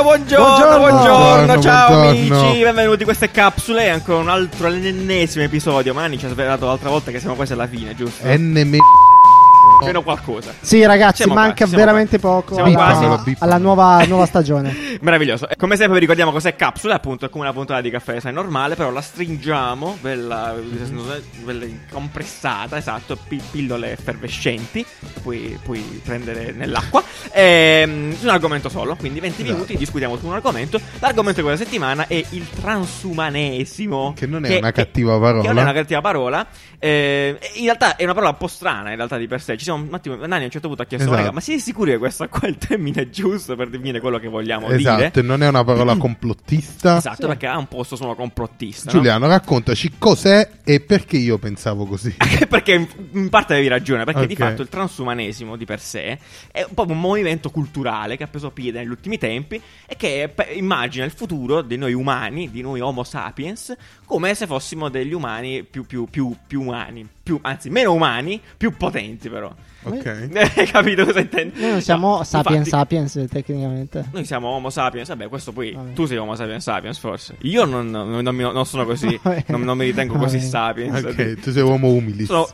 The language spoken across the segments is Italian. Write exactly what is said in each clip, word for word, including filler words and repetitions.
buongiorno, buongiorno, buongiorno, ciao buongiorno. amici, benvenuti a queste capsule, è ancora un altro, l'ennesimo episodio. Mani ci ha svelato l'altra volta che siamo quasi alla fine, giusto? N M Meno qualcosa. Sì, ragazzi, Siamo manca quasi, veramente siamo poco Siamo alla, quasi. alla nuova, nuova stagione. Meraviglioso. Come sempre vi ricordiamo cos'è capsule, appunto è come una puntata di caffè sai normale, però la stringiamo, bella, bella compressata, esatto, pi- pillole effervescenti, puoi, puoi prendere nell'acqua, ehm, su un argomento solo, quindi venti Esatto. minuti discutiamo su un argomento. L'argomento di quella settimana è il transumanesimo, Che non è una cattiva parola. Che non è una cattiva parola, eh, in realtà è una parola un po' strana in realtà di per sé. Ci siamo un attimo, Nani a un certo punto ha chiesto, Esatto. raga, ma siete sicuri che questo qua è il termine giusto per definire quello che vogliamo dire? Esatto, non è una parola complottista. Esatto, perché ha un posto sono complottista. Giuliano, raccontaci cos'è e perché io pensavo così. No? Perché in, in parte avevi ragione, perché di Ok. fatto il transumanesimo di per sé è un po' un movimento culturale che ha preso piede negli ultimi tempi e che pe- immagina il futuro di noi umani, di noi Homo sapiens, come se fossimo degli umani più, più, più, più umani, più, anzi meno umani, più potenti però. Ok. Hai capito cosa intendo? Noi non siamo No, sapiens infatti, sapiens tecnicamente. Noi siamo Homo sapiens, vabbè, questo poi Vabbè. tu sei Homo sapiens sapiens forse. Io non, non, non mi- non sono così, Vabbè. non, non mi ritengo così Vabbè. sapiens. Ok, tu sei uomo umili. Sono...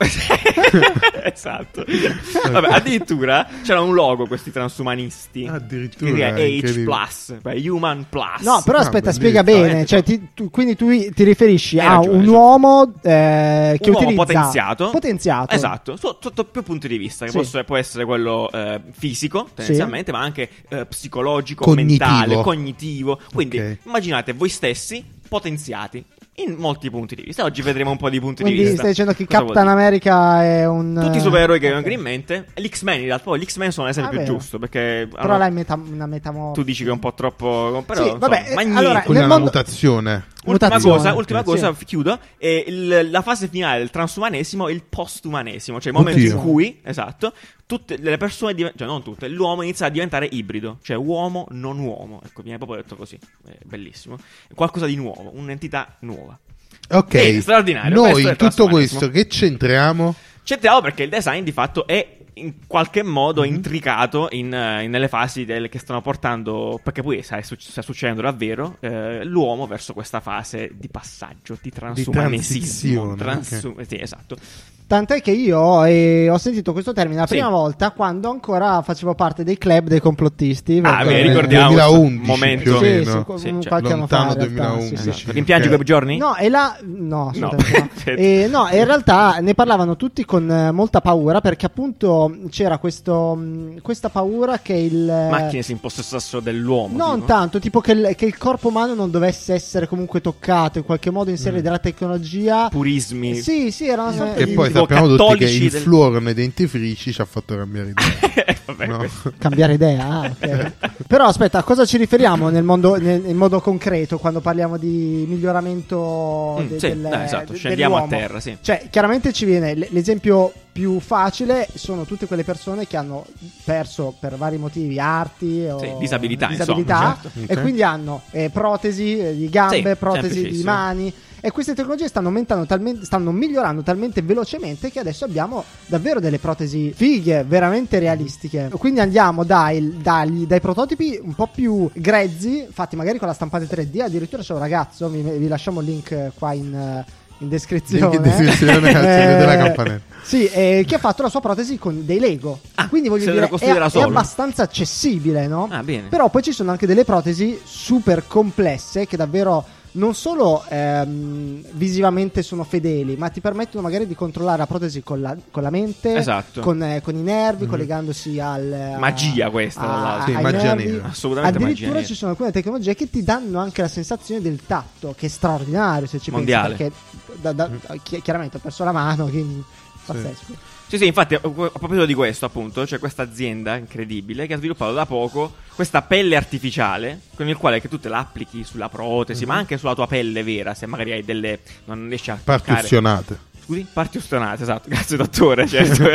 esatto. Vabbè, addirittura c'era un logo questi transumanisti. Addirittura, Che è H incredibile. plus, beh, Human plus. No, però Ah, aspetta, bellissimo. spiega bene. Eh, Cioè, ti- tu- quindi tu ti riferisci Hai a ragione, un sì. uomo eh, che un uomo utilizza potenziato. potenziato. Esatto, so- sotto più punti di vista. Che Sì. può, può essere quello eh, fisico, tendenzialmente, ma anche eh, psicologico, Cognitivo. mentale, cognitivo. Quindi Ok. immaginate voi stessi potenziati in molti punti di vista. Oggi vedremo un po' di punti Quindi di vista. stai dicendo che Cosa vuol Captain dire? America è un Tutti i supereroi che mi ok. vengono in mente. L'X-Men in realtà, poi l'X-Men sono l'esempio Ah, più vero. giusto. Perché Però hanno- là è meta- una metamorfosi. tu dici che è un po' troppo. Però Sì, insomma, vabbè, eh, ma niente. allora, Quella è nel una mondo- mutazione. Ultima Mutazione. cosa, ultima Sì. cosa, f- chiudo. È il- la fase finale del transumanesimo e il postumanesimo, cioè il momento Oddio. in cui, esatto, tutte le persone, diven- cioè non tutte, l'uomo inizia a diventare ibrido, cioè uomo non uomo. Ecco, viene proprio detto così, è bellissimo. È qualcosa di nuovo, un'entità nuova. Ok, È straordinario, noi questo è in il tutto transumanesimo. questo che c'entriamo? C'entriamo perché il design di fatto è in qualche modo Mhm. intricato in, eh, in- nelle fasi del- che stanno portando, perché poi sai, su- sta succedendo davvero, eh, l'uomo verso questa fase di passaggio, di transumanesismo. transizione, ok. Sì, esatto. Tant'è che io eh, ho sentito questo termine la Sì. prima volta quando ancora facevo parte dei club dei complottisti. Ah, perché- beh, Nel ricordiamo duemilaundici momento. più o Sì, meno. sì, qu- Sì, un cioè, qualche anno fa, lontano in realtà, duemilaundici. sì, sì. Rimpiangi Ok. quei giorni? No, e là no, assolutamente no. certo. E, no, e in realtà ne parlavano tutti con eh, molta paura perché appunto c'era questo, mh, questa paura che il Macchine si impossessassero dell'uomo. non tipo. tanto, tipo che il, che il corpo umano non dovesse essere comunque toccato in qualche modo in serie della tecnologia. Purismi. Sì, sì, erano Sono Che eh, poi tipo sappiamo tutti che cattolici il del- fluoro nei dentifrici ci ha fatto cambiare idea. Eh, Vabbè, No. questo- cambiare idea. Ah, ok. Però aspetta, a cosa ci riferiamo nel mondo, nel- in modo concreto quando parliamo di miglioramento Mm, de- sì, del- eh, esatto, de- scendiamo a dell'uomo? terra, sì. Cioè, chiaramente ci viene l- l'esempio più facile sono tutte quelle persone che hanno perso per vari motivi arti o Sì, disabilità, disabilità, insomma, certo. e Ok. quindi hanno eh, protesi eh, di gambe, Sì, protesi di semplicissimo. mani. E queste tecnologie stanno aumentando talmente, stanno migliorando talmente velocemente che adesso abbiamo davvero delle protesi fighe, veramente realistiche. Quindi andiamo dai, dagli- dai prototipi un po' più grezzi, fatti magari con la stampante tre D. Addirittura c'è un ragazzo, vi, vi lasciamo il link eh, qua in, eh, in descrizione. Link in descrizione, accendete la campanella. Sì, eh, che ha fatto la sua protesi con dei Lego. Ah, Quindi voglio se dire, la costruire è, da è solo. abbastanza accessibile, no? Ah, bene. Però poi ci sono anche delle protesi super complesse che davvero non solo ehm, visivamente sono fedeli, ma ti permettono magari di controllare la protesi con la, con la mente, Esatto. con, eh, con i nervi, collegandosi al... Magia questa, tra l'altro. Sì, ai magia nervi. nera. Assolutamente magia Addirittura nera. ci sono alcune tecnologie che ti danno anche la sensazione del tatto, che è straordinario se ci Mondiale. pensi, perché da- da- chi- chiaramente ho perso la mano, quindi pazzesco. Sì, sì, infatti, a a proposito di questo, appunto, c'è questa azienda incredibile che ha sviluppato da poco questa pelle artificiale con il quale che tu te la applichi sulla protesi, ma anche sulla tua pelle vera, se magari hai delle non riesci a toccare. Partussionate. Scusi? Parti ustionate, esatto, grazie dottore, certo.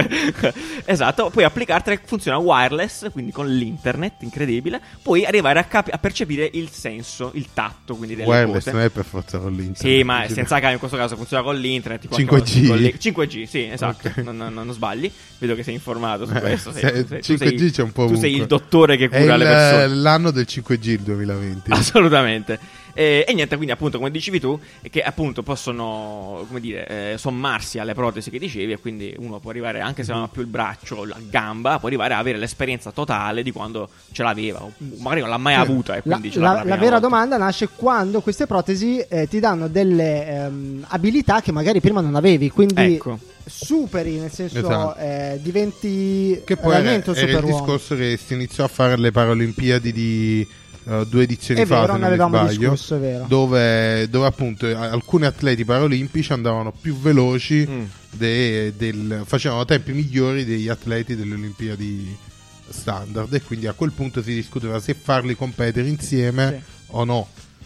Esatto, puoi applicartela, funziona wireless, quindi con l'internet, incredibile. Puoi arrivare a, capi- a percepire il senso, il tatto, quindi delle wireless cose. non è per forza con l'internet. Sì, ma senza cambio in questo caso funziona con l'internet. cinque G? Con le... cinque G, sì, esatto, Okay. non, non, non sbagli. Vedo che sei informato su Eh, questo. se- Sei, sei, cinque G tu sei, c'è un po' tu sei ovunque. il dottore che È cura il- le persone. l'anno del cinque G il duemilaventi. Assolutamente. E, e niente, quindi appunto come dicevi tu, è che appunto possono, come dire, eh, sommarsi alle protesi che dicevi, e quindi uno può arrivare, anche se non ha più il braccio, la gamba, può arrivare a avere l'esperienza totale di quando ce l'aveva, o magari non l'ha mai Sì. avuta e La, quindi ce l'ha la- per la prima vera volta. domanda nasce quando queste protesi eh, ti danno delle ehm, abilità che magari prima non avevi, quindi Ecco. superi, nel senso Esatto. eh, diventi Che poi era, realmente un era il superuomo. discorso che si iniziò a fare alle Paralimpiadi di uh, due edizioni È fa, vero, se ne non mi avevamo sbaglio, discusso, è vero. dove, dove appunto eh, alcuni atleti paralimpici andavano più veloci, Mm. de- del, facevano tempi migliori degli atleti delle Olimpiadi standard, e quindi a quel punto si discuteva se farli competere insieme Sì. o no.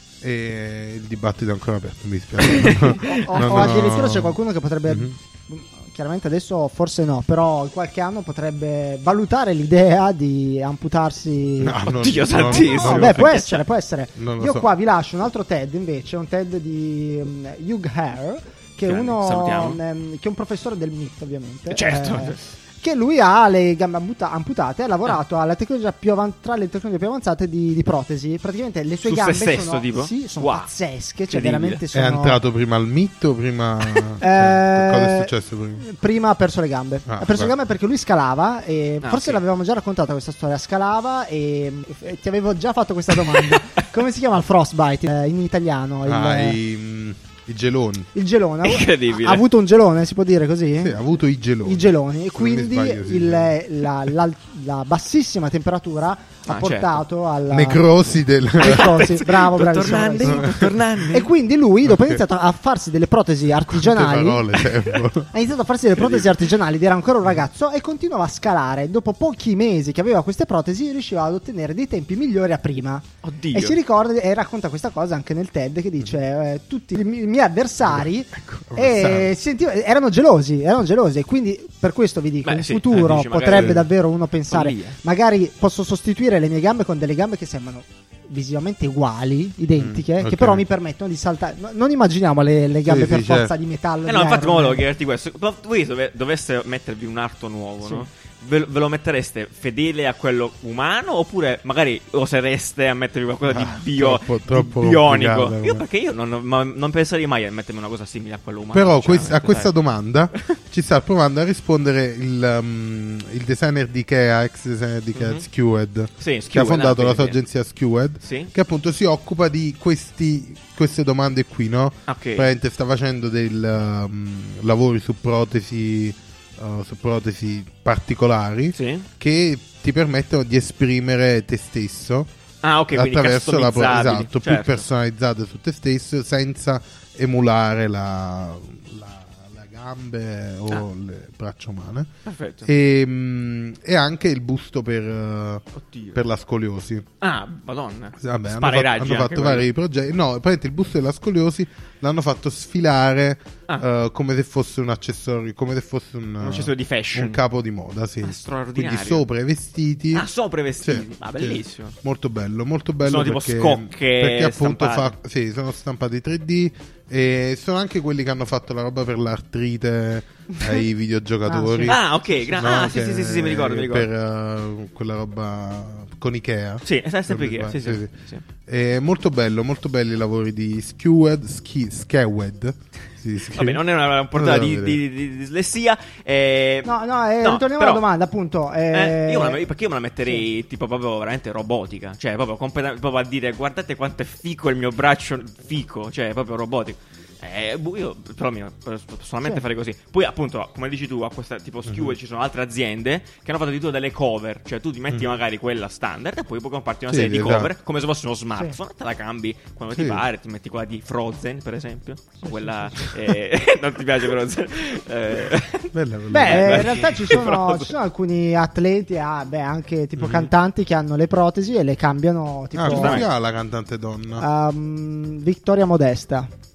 E il dibattito è ancora aperto, mi dispiace. o, Non o ho- addirittura c'è qualcuno che potrebbe Mhm. chiaramente adesso forse no, però in qualche anno potrebbe valutare l'idea di amputarsi. No, non- Oddio non- santissimo. No, non- beh, può perché essere, può essere. Non lo Io so. qua vi lascio un altro TED invece, un TED di um, Hugh Hare, che è Grande, uno salutiamo. um, che è un professore del M I T, ovviamente. Certo. eh, che lui ha le gambe amputa- amputate, ha lavorato alla tecnologia più avan- tra le tecnologie più avanzate di, di protesi. Praticamente le sue Su se gambe stesso, sono, tipo? sì, sono Wow. pazzesche, cioè Incredibile. veramente È sono. entrato prima al mito o prima... cioè, Eh, cosa è successo prima? Prima ha perso le gambe. Ah, ha perso le beh. gambe perché lui scalava. E Ah, forse ok. l'avevamo già raccontata questa storia. Scalava e, e ti avevo già fatto questa domanda. Come si chiama il frostbite eh, in italiano? Il, Ah, i, mm, i geloni. il gelone. Ha- Incredibile. Ha avuto un gelone, si può dire così? Sì, ha avuto i geloni. I geloni. E Se non mi quindi sbaglio, sì, il- geloni. la, la- la bassissima temperatura ha Ah, portato alla Necrosi del... necrosi. Bravo, Dottor bravissimo. Nanni, bravissimo. dottor Nanni. E quindi lui, dopo ha Ok. iniziato a farsi delle protesi artigianali. parole servono. Ha iniziato a farsi delle protesi artigianali ed era ancora un ragazzo e continuava a scalare. Dopo pochi mesi che aveva queste protesi riusciva ad ottenere dei tempi migliori a prima. Oddio. E si ricorda e racconta questa cosa anche nel TED che dice eh, tutti i mi- i miei avversari Ecco, eh, avversari. si sentiva- erano gelosi, erano gelosi e quindi per questo vi dico Beh, in sì, futuro eh, dici, magari- potrebbe davvero uno pensare Follia. magari posso sostituire le mie gambe con delle gambe che sembrano visivamente uguali, identiche, Mm, che ok. però mi permettono di saltare. No- non immaginiamo le, le gambe Sì, per sì, forza certo. di metallo. Eh di no, infatti Iron volevo Man. chiederti questo. Ma voi dove- doveste mettervi un arto nuovo, Sì. no? Ve, ve lo mettereste fedele a quello umano oppure magari osereste a mettervi qualcosa Ah, di bio troppo- di troppo bionico? complicato, Io eh. perché io non, ma- non penserei mai a mettermi una cosa simile a quello umano. Però sinceramente, quest- a questa sai. domanda ci sta provando a rispondere il, um, il designer di Ikea, ex designer di Ikea, Mhm. Skewed, Sì, che ha Skewed, fondato ah, la sì, sua sì. agenzia Skewed, Sì? che appunto si occupa di questi, queste domande qui, no? Ok. Praticamente sta facendo dei lavori su protesi, uh, su protesi particolari Sì? che ti permettono di esprimere te stesso Ah, ok, quindi attraverso la pro- customizzabili, esatto, più certo. personalizzate su te stesso senza emulare la, la, la gambe o Ah. le braccia umane. Perfetto. E, mm, e anche il busto per, uh, Oddio. per la scoliosi. Ah, madonna. Vabbè, hanno Spara i fatto, raggi hanno anche fatto vari progetti. No, praticamente il busto della scoliosi l'hanno fatto sfilare Ah. uh, come se fosse un accessorio, come se fosse un, Un accessorio di fashion. un capo di moda, sì. Ah, straordinario. Quindi sopra i vestiti. Ah, sopra i vestiti. Sì, Ah, sì. bellissimo. Molto bello, molto bello. Sono tipo perché, scocche perché appunto fa, stampate. sì, sono stampati tre D e sono anche quelli che hanno fatto la roba per l'artrite ai videogiocatori. Ah, ok, gra- No, ah, sì, che- sì, sì, sì, mi ricordo, mi ricordo. Per uh, quella roba con Ikea. Sì, è sempre Non mi che. Sì, sbaglio, sì, sì, sì. È molto bello, molto belli i lavori di Skewed, Ski, Skewed. Si scrive. Vabbè, non è una, una portata Non di, devo di, vedere. di- di dislessia. eh, No, no, eh, no, ritorniamo però- alla domanda, appunto. eh, eh, io me la- perché io me la metterei tipo proprio veramente robotica. Cioè, proprio, completa- proprio a dire guardate quanto è fico il mio braccio fico. Cioè, proprio robotico. Eh, boh, io però mi posso solamente Sì. fare così. Poi, appunto, come dici tu, a questa tipo Skewed Mhm. ci sono altre aziende che hanno fatto di tutto delle cover. Cioè, tu ti metti magari quella standard e poi puoi comparti una Sì, serie di esatto. cover come se fosse uno smartphone. Te la cambi quando ti Sì. pare. Ti metti quella di Frozen, per esempio. O quella. eh, non ti piace Frozen? Eh, Bella, bella. Beh, Beh, in realtà ci sono, Frozen. ci sono alcuni atleti, ah, beh, anche tipo Mhm. cantanti che hanno le protesi e le cambiano tipo Ah, come si giustamente. chiama la cantante donna? um, Vittoria Modesta.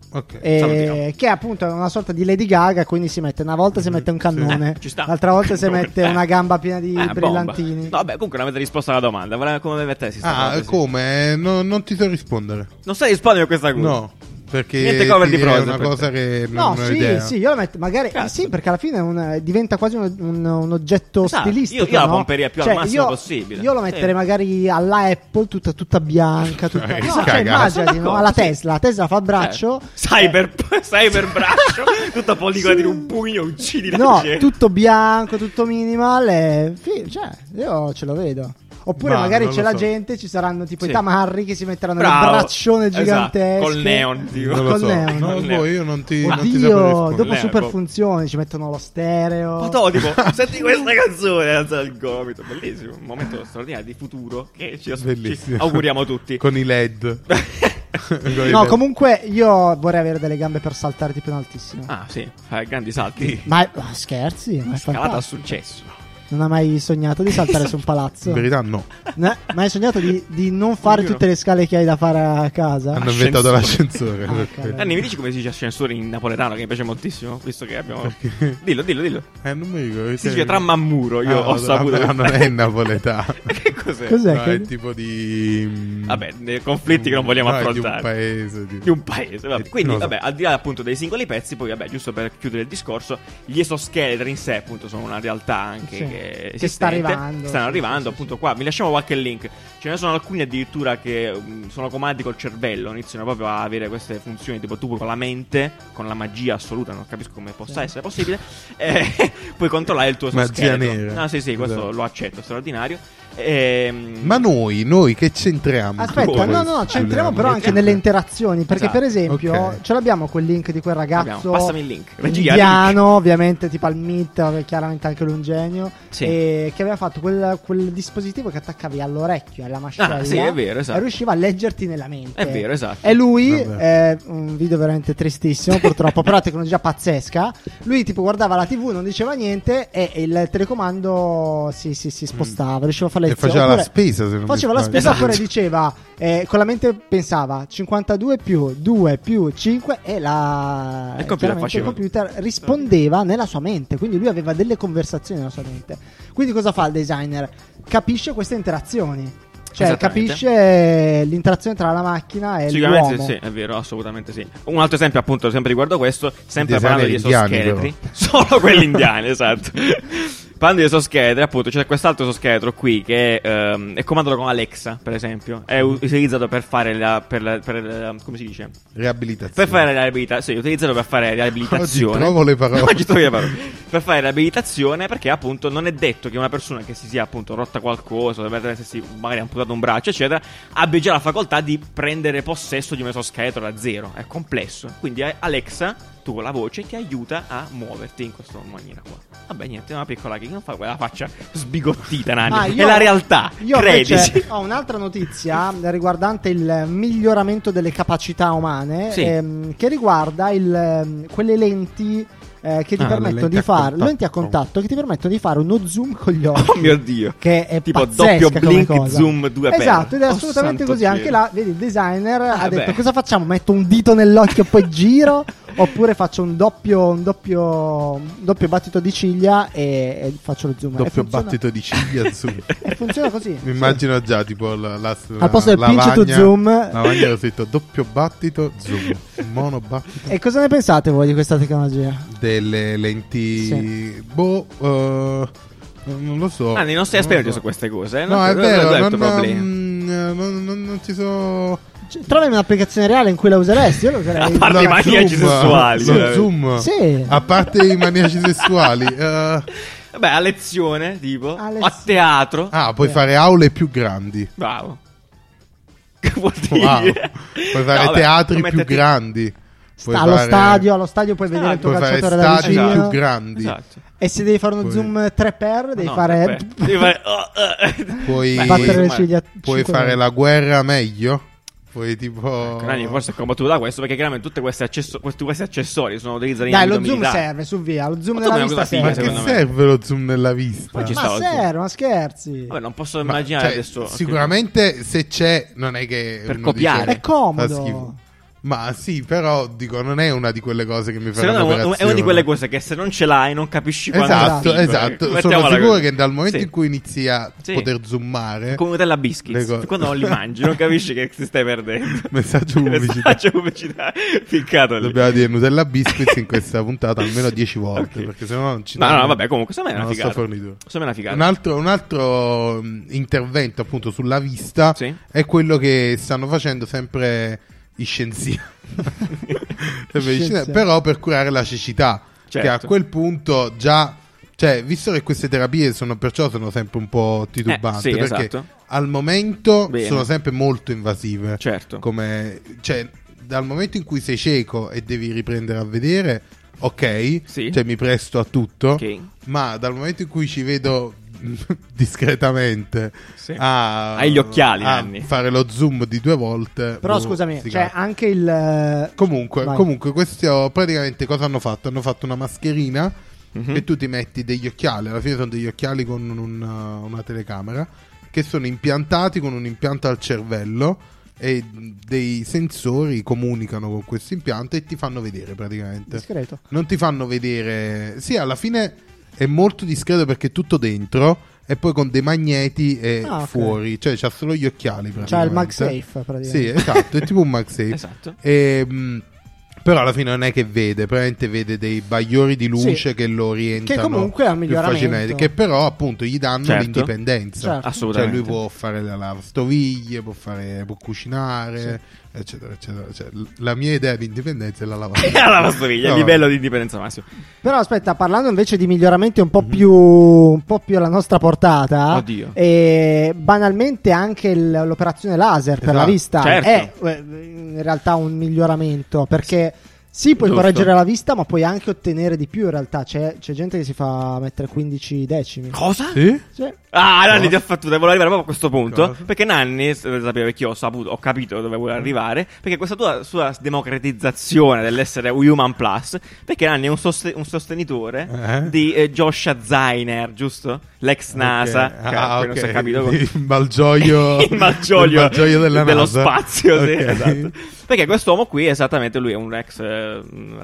Ok. E che è appunto una sorta di Lady Gaga, quindi si mette una volta si mette un cannone, Eh, ci sta. l'altra volta si mette Eh. una gamba piena di Eh, brillantini. bomba. No, vabbè, comunque non avete risposto alla domanda. Vorrei- Come mettessi sta Ah, cosa, sì. come? No, non ti so rispondere. Non sai rispondere a questa cosa? No, perché Niente cover di è Frozen una per cosa te. che No, non ho sì, idea. sì, io lo metto magari Cazzo. sì, perché alla fine è un- diventa quasi un, un- un oggetto Esatto, stilistico. io- io la no? pomperei più al Cioè, massimo io- possibile. Io lo metterei Sì. magari alla Apple, tutta, tutta bianca, tutta... Che no, cioè, cagata. immaginati, no? Sono Alla d'accordo, Tesla, la Tesla fa il braccio. Eh, Cyber, cyber braccio, tutta poligola di un pugno, uccidi la No, gente. tutto bianco, tutto minimal. E... fi- cioè, io ce lo vedo. Oppure Ma magari non c'è lo la so. gente, ci saranno tipo Sì. i tamarri che si metteranno Bravo. il braccione Esatto, gigantesco. col neon, tipo. Non lo Col so. neon. No, Col boh, neon. io non ti, non ti saprei Oddio, rispondere. dopo Lei, super boh. funzioni ci mettono lo stereo. Ma tu, tipo, senti questa canzone, alza il gomito, bellissimo, un momento straordinario di futuro che ci, ci Bellissimo. auguriamo tutti. Con i L E D. Con i No, L E D. comunque io vorrei avere delle gambe per saltare tipo in altissimo. Ah, sì, fai grandi salti. Ma è- oh, scherzi? Ma è Scalata a fantastico. successo. Non hai mai sognato di saltare su un In palazzo? verità no. Ne- Ma hai sognato di, di non fare Io no. tutte le scale che hai da fare a casa? Hanno inventato Ascensore. l'ascensore. Ah, per ok. quello. Anni, mi dici come si dice ascensore in napoletano, che mi piace moltissimo, visto che abbiamo... Dillo, dillo, dillo. Eh, non mi ricordo. Si dice Trammamuro, io Ah, ho saputo. però non è napoletano. Che cos'è? Cos'è? No, che- è tipo di... mm, Vabbè, dei conflitti che non vogliamo no, è affrontare. di un paese. Di... Di un paese, vabbè. Eh, Quindi, non lo so. vabbè, al di là appunto dei singoli pezzi, poi vabbè, giusto per chiudere il discorso, gli esoscheletri in sé appunto sono una realtà anche Sì. che, Che esistente. sta arrivando. Stanno Sì, arrivando, sì, sì, appunto qua. Vi lasciamo qualche link. Ce ne sono alcuni addirittura che um, sono comandi col cervello, iniziano proprio a avere queste funzioni, tipo tu con la mente, con la magia assoluta, non capisco come possa Sì. essere possibile, eh, puoi controllare il tuo Magia esoscheletro. nera. Ah, sì, sì, questo Esatto. lo accetto, straordinario. Ehm, Ma noi, noi che c'entriamo? Aspetta, Come? no, no, ci entriamo però anche Entriamo. nelle interazioni. Perché, Esatto. per esempio, Ok. ce l'abbiamo quel link di quel abbiamo- ragazzo Passami il link. Regia, indiano, ovviamente, tipo al Meet, chiaramente anche lui un genio. Sì. E che aveva fatto quel, quel dispositivo che attaccavi all'orecchio, alla mascella. Ah, sì, è vero, esatto. E riusciva a leggerti nella mente. È vero, esatto. E lui, Vabbè. è un video veramente tristissimo, purtroppo, però tecnologia pazzesca. Lui, tipo, guardava la tivù, non diceva niente, e il telecomando si, si, si spostava, riusciva a fare le E faceva la Oppure- spesa, se non mi Faceva la sbaglio. spesa, Esatto. oppure diceva eh, con la mente pensava cinquantadue più due più cinque e la Il computer chiaramente faceva. il computer rispondeva nella sua mente, quindi lui aveva delle conversazioni nella sua mente. Quindi cosa fa il designer? Capisce queste interazioni. Cioè Esattamente. capisce l'interazione tra la macchina e Sicuramente l'uomo. sì, è vero, assolutamente sì. Un altro esempio, appunto, sempre riguardo questo, sempre Designer parlando di indiani, esoscheletri. Solo quelli indiani, esatto. Parlando di esoscheletri, appunto, c'è quest'altro esoscheletro qui che ehm, è comandato con Alexa, per esempio. È u- utilizzato per fare la. Per la, per la- come si dice? Riabilitazione. Per fare la riabilitazione. Sì, utilizzato per fare riabilitazione. Oggi trovo le parole. Oggi trovo le parole. Per fare riabilitazione, perché appunto non è detto che una persona che si sia appunto rotta qualcosa, dovrebbe essersi magari amputato un braccio, eccetera, abbia già la facoltà di prendere possesso di un esoscheletro da zero. È complesso. Quindi eh, Alexa, tu con la voce, ti aiuta a muoverti in questa maniera qua. Vabbè, niente, una piccola che non fa quella faccia sbigottita, Nani. Ah, è io- la realtà. Io credici. invece ho un'altra notizia riguardante il miglioramento delle capacità umane, Sì. ehm, che riguarda il, ehm, quelle lenti eh, che ti Ah, le permettono lenti di a fare contatto. lenti a contatto che ti permettono di fare uno zoom con gli occhi. Oh mio Dio. Che è Tipo pazzesca doppio come blink cosa. zoom due per. Esatto, ed è Oh, assolutamente santo così. cielo. Anche là, vedi, il designer ha Ah, detto: beh. cosa facciamo? Metto un dito nell'occhio e poi giro? Oppure faccio un doppio, un doppio, un doppio battito di ciglia e, e faccio lo zoom. E Doppio funziona- battito di ciglia zoom. E funziona così. Mi immagino già tipo la, la, Al posto del pinch to lavagna- zoom. lavagna ho scritto doppio battito zoom. Mono battito. E cosa ne pensate voi di questa tecnologia? Delle lenti. Sì. Boh. eh, non lo so. Anni, non sei Non esperto lo so. su queste cose. eh? No, Non- è non- vero. non è il Non, tuo problema. mm, non, non, non ci so. Cioè, trovami un'applicazione reale in cui la useresti. Io la userei. A parte Lo i maniaci zoom, sessuali. lo veramente. zoom. Sì. A parte i maniaci sessuali. eh, Vabbè, a lezione, tipo. A A, lez- teatro. ah, puoi Sì. fare aule più grandi. Bravo. Che vuol dire? Wow. Puoi fare No, vabbè, teatri puoi più metterti- grandi. Puoi Sta allo fare- stadio, allo stadio puoi vedere il tuo Puoi fare calciatore da stadi vicino. più grandi. Esatto. E se devi fare uno Puoi- zoom tre per, devi No, fare. aspetta. Devi fare. oh, eh. Puoi, Beh, battere le insomma, ciglia. puoi cinque fare volte. la guerra meglio. Puoi tipo. Nani forse è combattuto da questo perché chiaramente tutti questi, accesso- questi, questi accessori sono utilizzati in Dai, lo ambito zoom militare. serve, su via. Lo zoom Ma tu nella è una vista cosa figa, Ma serve. che secondo me. serve lo zoom nella vista? Poi ci Ma sta lo zoom. serve, ma scherzi. Vabbè, non posso Ma, immaginare cioè, adesso. sicuramente se c'è, non è che Per uno copiare. dice, È comodo. fa schifo. Ma sì, però dico, non è una di quelle cose che mi fanno Secondo me è un'operazione. una di quelle cose che se non ce l'hai non capisci quando Esatto, è figo, esatto. eh. Sono Mettiamola sicuro così. che dal momento Sì. in cui inizi a Sì. poter zoomare, come Nutella le Biscuits, cose- quando non li mangi non capisci che ti stai perdendo. messaggio pubblicità. Messaggio pubblicità ficcato lì. Dobbiamo dire Nutella Biscuits in questa puntata almeno dieci volte, Ok. perché sennò non ci No, danno no, vabbè, comunque, secondo me è la una nostra figata. fornitura. Secondo me è una figata. Un altro, un altro mh, intervento appunto sulla vista Sì. è quello che stanno facendo sempre i scienziati. Sempre gli scienziati, però per curare la cecità, che a Certo. quel punto già, cioè, visto che queste terapie sono perciò sono sempre un po' titubanti, Eh, sì, perché esatto. al momento Bene. sono sempre molto invasive. Certo. Come, cioè, dal momento in cui sei cieco e devi riprendere a vedere, ok, Sì. cioè mi presto a tutto, Ok. ma dal momento in cui ci vedo discretamente Sì. a, Hai gli occhiali, a Nanni. fare lo zoom di due volte, Però boh, scusami, sti cioè cazzi. anche il... eh, Comunque, Vai. comunque questo praticamente cosa hanno fatto? Hanno fatto una mascherina Mhm. e tu ti metti degli occhiali, alla fine sono degli occhiali con una, una telecamera che sono impiantati con un impianto al cervello e dei sensori comunicano con questo impianto e ti fanno vedere praticamente. discreto. Non ti fanno vedere, sì, alla fine è molto discreto perché è tutto dentro e poi con dei magneti è Ah, ok. fuori, cioè c'ha solo gli occhiali praticamente. C'ha il MagSafe praticamente. Sì, esatto, è tipo un MagSafe. Esatto. E, mh, però alla fine non è che vede, praticamente vede dei bagliori di luce Sì. che lo orientano Che comunque è un più miglioramento. facilmente, che però appunto gli danno Certo. l'indipendenza. Certo. Cioè Assolutamente. lui può fare la lavastoviglie, può fare può cucinare, eccetera, eccetera. Cioè, l- la mia idea di indipendenza è la lavastoviglie. La lavastoviglie, No, a livello di indipendenza massimo. Però aspetta, parlando invece di miglioramenti un po' più un po' più alla nostra portata, Oddio. e banalmente anche il- l'operazione laser per la Esatto. vista Certo. è eh, in realtà un miglioramento, perché sì, puoi Giusto. correggere la vista, ma puoi anche ottenere di più in realtà. C'è, c'è gente che si fa mettere quindici decimi. Cosa? Sì? Sì. Ah, Nanni Cosa? ti ho fatto, volevo arrivare proprio a questo punto. Cosa? Perché Nanni, s- sapeva che io ho saputo, ho capito dove vuole arrivare. Perché questa tua sua democratizzazione dell'essere Human Plus. Perché Nanni è un, soste- un sostenitore Eh? di eh, Joshua Zainer, giusto? L'ex NASA. Ok. Che Ah, poi non si è ok. capito come- Il malgioglio, il malgioglio, il malgioglio della dello NASA. spazio, sì, Ok. esatto. Perché quest'uomo qui, esattamente, lui è un ex eh,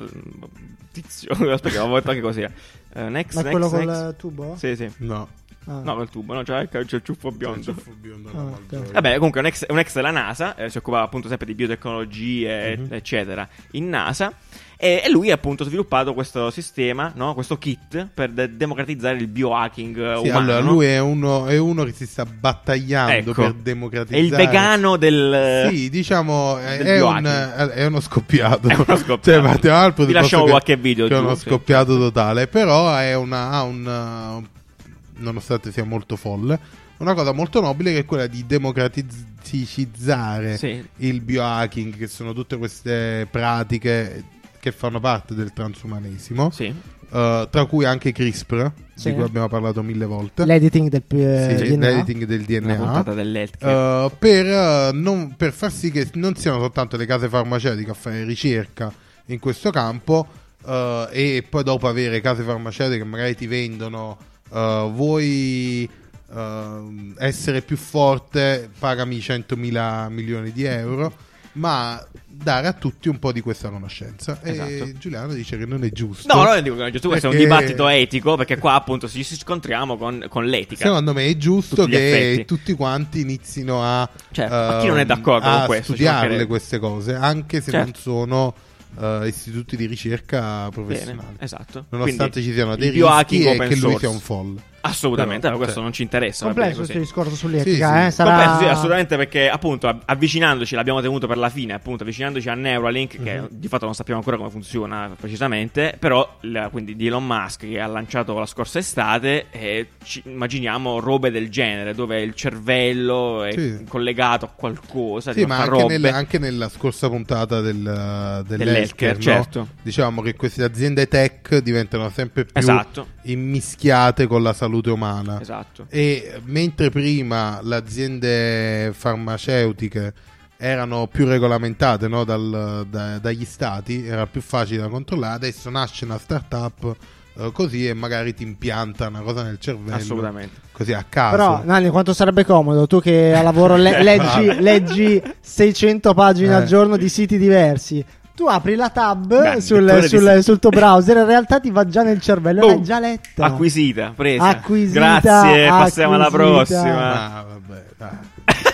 tizio. Aspetta, ho detto anche così. Eh, un ex, Ma un quello ex, col ex- tubo? Sì, sì. No. Ah. No, col tubo, no, c'è, c'è il ciuffo biondo. C'è il ciuffo biondo, Ah, no, ok. malgioglio. Vabbè, comunque un ex, un ex della NASA, eh, si occupava appunto sempre di biotecnologie, Mhm. eccetera, in NASA. E, e lui ha appunto sviluppato questo sistema, no? Questo kit per de- democratizzare il biohacking eh, Sì, umano. allora no? lui è uno, è uno che si sta battagliando Ecco. per È democratizzare. il vegano del... Sì, diciamo, è, del è un, biohacking. è uno scoppiato. È uno scoppiato. Cioè, partiamo dal Vi presupposto lasciamo che- qualche video che è giù, uno sì. scoppiato totale. Però è una, ha un, uh, nonostante sia molto folle, una cosa molto nobile che è quella di democratizzare Sì. il biohacking, che sono tutte queste pratiche che fanno parte del transumanesimo. Sì. Uh, tra cui anche CRISPR, Sì. di cui abbiamo parlato mille volte. L'editing del eh, Sì, D N A. l'editing del D N Una A. puntata dell'healthcare. Uh, per, uh, non- per far sì che non siano soltanto le case farmaceutiche a fare ricerca in questo campo, uh, e poi dopo avere case farmaceutiche che magari ti vendono uh, vuoi uh, essere più forte, pagami centomila milioni di euro, ma dare a tutti un po' di questa conoscenza. Esatto. E Giuliano dice che non è giusto. No, no, dico che non è giusto, questo è un Perché- dibattito etico, perché qua appunto ci si scontriamo con, con l'etica. Secondo me è giusto Tutti gli che effetti. tutti quanti inizino a, Certo, a chi non è d'accordo a con questo, ci studiarle mancherebbe. queste cose, anche se Certo. non sono eh, istituti di ricerca professionali. Bene, esatto. Nonostante Quindi, ci siano dei il biohacking rischi e open che lui source. sia un folle. Assolutamente, Però, ma questo cioè, non ci interessa. va bene Complesso così. questo discorso sull'etica, Sì, sì. eh? Sarà... Complesso, sì, assolutamente, perché appunto av- avvicinandoci, l'abbiamo tenuto per la fine, appunto avvicinandoci a Neuralink, che Mhm. di fatto non sappiamo ancora come funziona precisamente, però la- quindi di Elon Musk che ha lanciato la scorsa estate, e ci immaginiamo robe del genere, dove il cervello è Sì. collegato a qualcosa, Sì, ti ma fa anche, robe. nel- anche nella scorsa puntata del, uh, Dell'healthcare, dell'healthcare, no? certo. Diciamo che queste aziende tech diventano sempre più Esatto. immischiate con la salute umana. Esatto. E mentre prima le aziende farmaceutiche erano più regolamentate, no, dal- da- dagli stati, era più facile da controllare, adesso nasce una startup uh, così, e magari ti impianta una cosa nel cervello. Assolutamente. Così a caso. Però, Nanni, quanto sarebbe comodo tu che a lavoro le- leggi, leggi seicento pagine Eh. al giorno di siti diversi. Tu apri la tab Beh, sul, lettore di sul- siti. sul tuo browser, in realtà ti va già nel cervello, Boom. l'hai già letta. Acquisita, presa. Acquisita, Grazie, passiamo alla acquisita. prossima. Ah, vabbè, dai.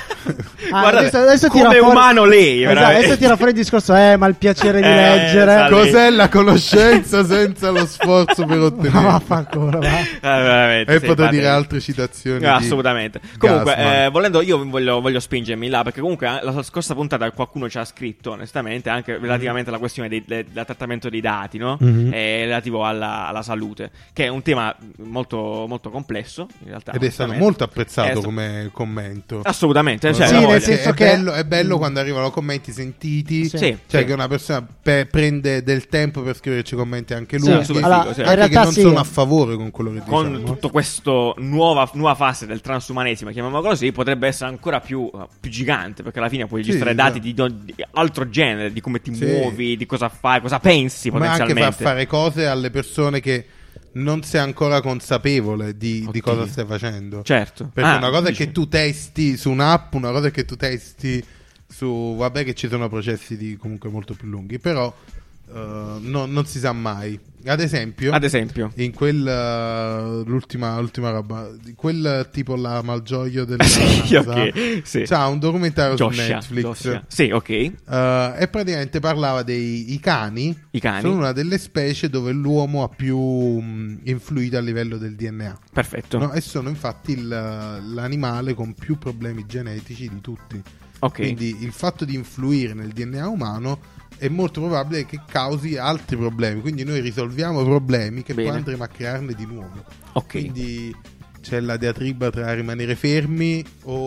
Ah, Guardate, adesso, adesso tira come fuori- umano lei, Esatto, veramente. adesso tira fuori il discorso, eh, ma il piacere di Eh, leggere. esatto. Cos'è la conoscenza senza lo sforzo per Ma ottenerla? vaffanculo, va. Eh, veramente, E sì, potrei infatti. dire altre citazioni. No, di assolutamente. Comunque, Gassman. eh, volendo, io voglio, voglio spingermi là, perché comunque eh, la scorsa puntata qualcuno ci ha scritto, onestamente, anche relativamente alla questione dei- de- del trattamento dei dati, no? Mhm. Eh, relativo alla, alla salute, che è un tema molto, molto complesso, in realtà. Ed è stato onestamente. molto apprezzato È sta- come commento. Assolutamente, cioè, Sì, una nel voglia. senso è, che- bello, è bello quando arrivano commenti sentiti, Sì. Sì, cioè sì. che una persona pe- prende del tempo per scriverci commenti anche Sì, lunghi, super allora, figo, sì. in anche realtà che non sì. sono a favore con quello che Con diciamo. tutto questo nuova, nuova fase del transumanesimo, chiamiamolo così, potrebbe essere ancora più, più gigante, perché alla fine puoi Sì, registrare sì, dati sì. di, do- di altro genere, di come ti Sì. muovi, di cosa fai, cosa pensi Ma anche potenzialmente. far fare cose alle persone che non sei ancora consapevole di, di Oddio. cosa stai facendo. Certo. Perché Ah, una cosa dici. è che tu testi su un'app, una cosa è che tu testi su... Vabbè che ci sono processi di comunque molto più lunghi, però eh, no- non si sa mai. Ad esempio, Ad esempio. in quel uh, l'ultima, l'ultima roba, di quel tipo là Malgioglio del Sì, ok, sì. c'ha un documentario Joshua, su Netflix. Joshua. Sì, ok. eh, e praticamente parlava dei i cani. I cani. Sono una delle specie dove l'uomo ha più mh, influito a livello del D N A. Perfetto. No? E sono infatti il- l'animale con più problemi genetici di tutti. Ok. Quindi il fatto di influire nel D N A umano è molto probabile che causi altri problemi. Quindi noi risolviamo problemi che Bene. poi andremo a crearne di nuovi. Ok. Quindi c'è la diatriba tra rimanere fermi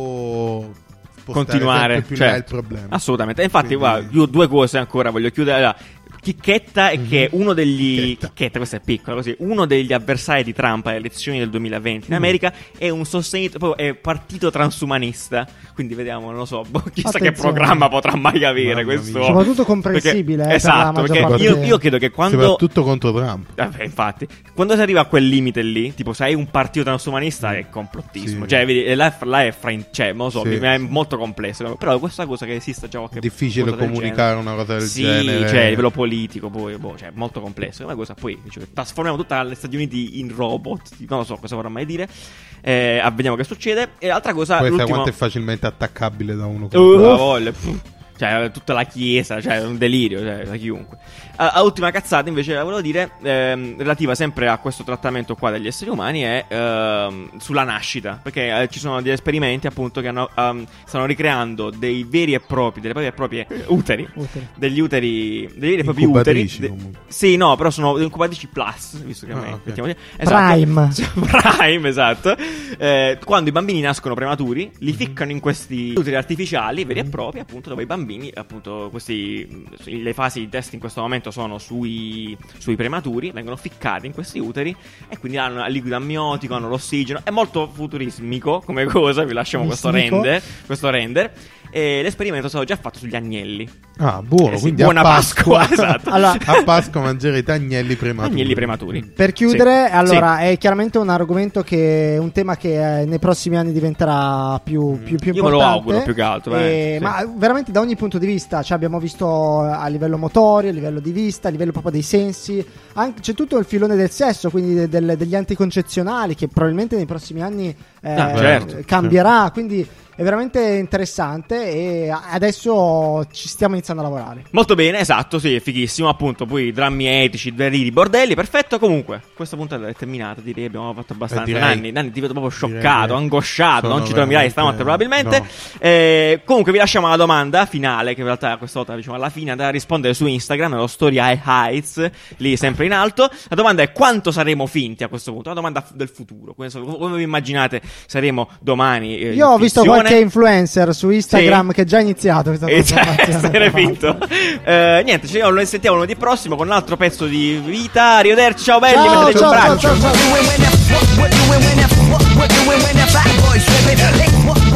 o spostare Continuare, sempre più là il certo. problema. Assolutamente. E infatti, Quindi- guarda, io due cose ancora voglio chiudere. Allora, chicchetta è che uno degli Chicchetta. chicchetta, questa è piccola così, uno degli avversari di Trump alle elezioni del duemilaventi in Mm. America è un sostenitore, proprio è partito transumanista. Quindi vediamo, non lo so, boh, chissà che Attenzione. programma potrà mai avere Mamma questo. mia. Soprattutto comprensibile, Perché- eh, per la esatto, maggior perché parte. io, io credo che quando Soprattutto contro Trump. Vabbè, infatti, quando si arriva a quel limite lì, tipo, se hai un partito transumanista è complottismo. Sì. Cioè, vedi, e là, là è fra cioè, non lo so, Sì. mi- è molto complesso. Però questa cosa che esista già qualche È difficile cosa del comunicare genere. una cosa del sì, genere. cioè, a livello politico, poi, boh, cioè, molto complesso. È una cosa, poi, dice, trasformiamo tutta gli Stati Uniti in robot. Non lo so cosa vorrà mai dire. Eh, ah, vediamo che succede. E l'altra cosa, Poi sai l'ultimo... quanto è facilmente attaccabile da uno. Uh, la voglia, pff. Cioè, tutta la chiesa, cioè, un delirio, cioè, da chiunque. A, a ultima cazzata, invece, la volevo dire, ehm, relativa sempre a questo trattamento qua degli esseri umani, è ehm, sulla nascita. Perché eh, ci sono degli esperimenti, appunto, che hanno, ehm, stanno ricreando dei veri e propri, delle vere e proprie uteri. Uteri. Degli uteri, dei veri e propri uteri. Incubatrici, De- comunque. sì, no, però sono incubatrici plus, visto che a Ah, me ok. mettiamo lì. Prime. Prime, esatto. Eh, quando i bambini nascono prematuri, li ficcano in questi uteri artificiali veri e propri, appunto, dove i bambini, appunto, questi le fasi di test in questo momento sono sui, sui prematuri, vengono ficcati in questi uteri e quindi hanno il liquido ammiotico, hanno l'ossigeno. È molto futurismico come cosa, vi lasciamo questo Mistico. render, questo render. E l'esperimento è stato già fatto sugli agnelli. Ah, buono. Eh sì, quindi buona a Pasqua, Pasqua, esatto. Allora, a Pasqua mangerete agnelli prematuri. Agnelli prematuri. per chiudere, Sì. allora, è chiaramente un argomento che un tema che eh, nei prossimi anni diventerà più, più, più Io me lo importante. auguro più che altro, eh, Eh, sì. Ma veramente da ogni punto di vista, cioè abbiamo visto a livello motorio, a livello di vista, a livello proprio dei sensi, anche, c'è tutto il filone del sesso, quindi de- del- degli anticoncezionali che probabilmente nei prossimi anni eh, Ah, certo. cambierà, quindi è veramente interessante e a- adesso ci stiamo iniziando a lavorare. Molto bene, esatto, sì, fighissimo. Appunto, poi drammi etici, deliri, bordelli, perfetto. Comunque, questa puntata è terminata, direi, abbiamo fatto abbastanza. Eh, direi. Nanni, Nanni, ti vedo proprio Direi scioccato, che angosciato, sono non ci dormirai veramente- stanotte probabilmente. no. Eh, comunque vi lasciamo la domanda finale, che in realtà questa volta diciamo alla fine, da rispondere su Instagram, nello story High Heights, lì sempre in alto. La domanda è: quanto saremo finti a questo punto? Una domanda f- del futuro. Come, come vi immaginate saremo domani? eh, Io in ho visto finzione? qualche influencer su Instagram Sì. che è già iniziato questa Esatto, trasformazione. essere finto. Eh, niente, ci vediamo, noi sentiamo lunedì prossimo con un altro pezzo di vita. Arrivederci, ciao belli, Ciao, metteteci un ciao, ciao, braccio. ciao, ciao. What you doing when that? What, what you doing when that? What, what you doing when that fat boy slipping? Hey, what,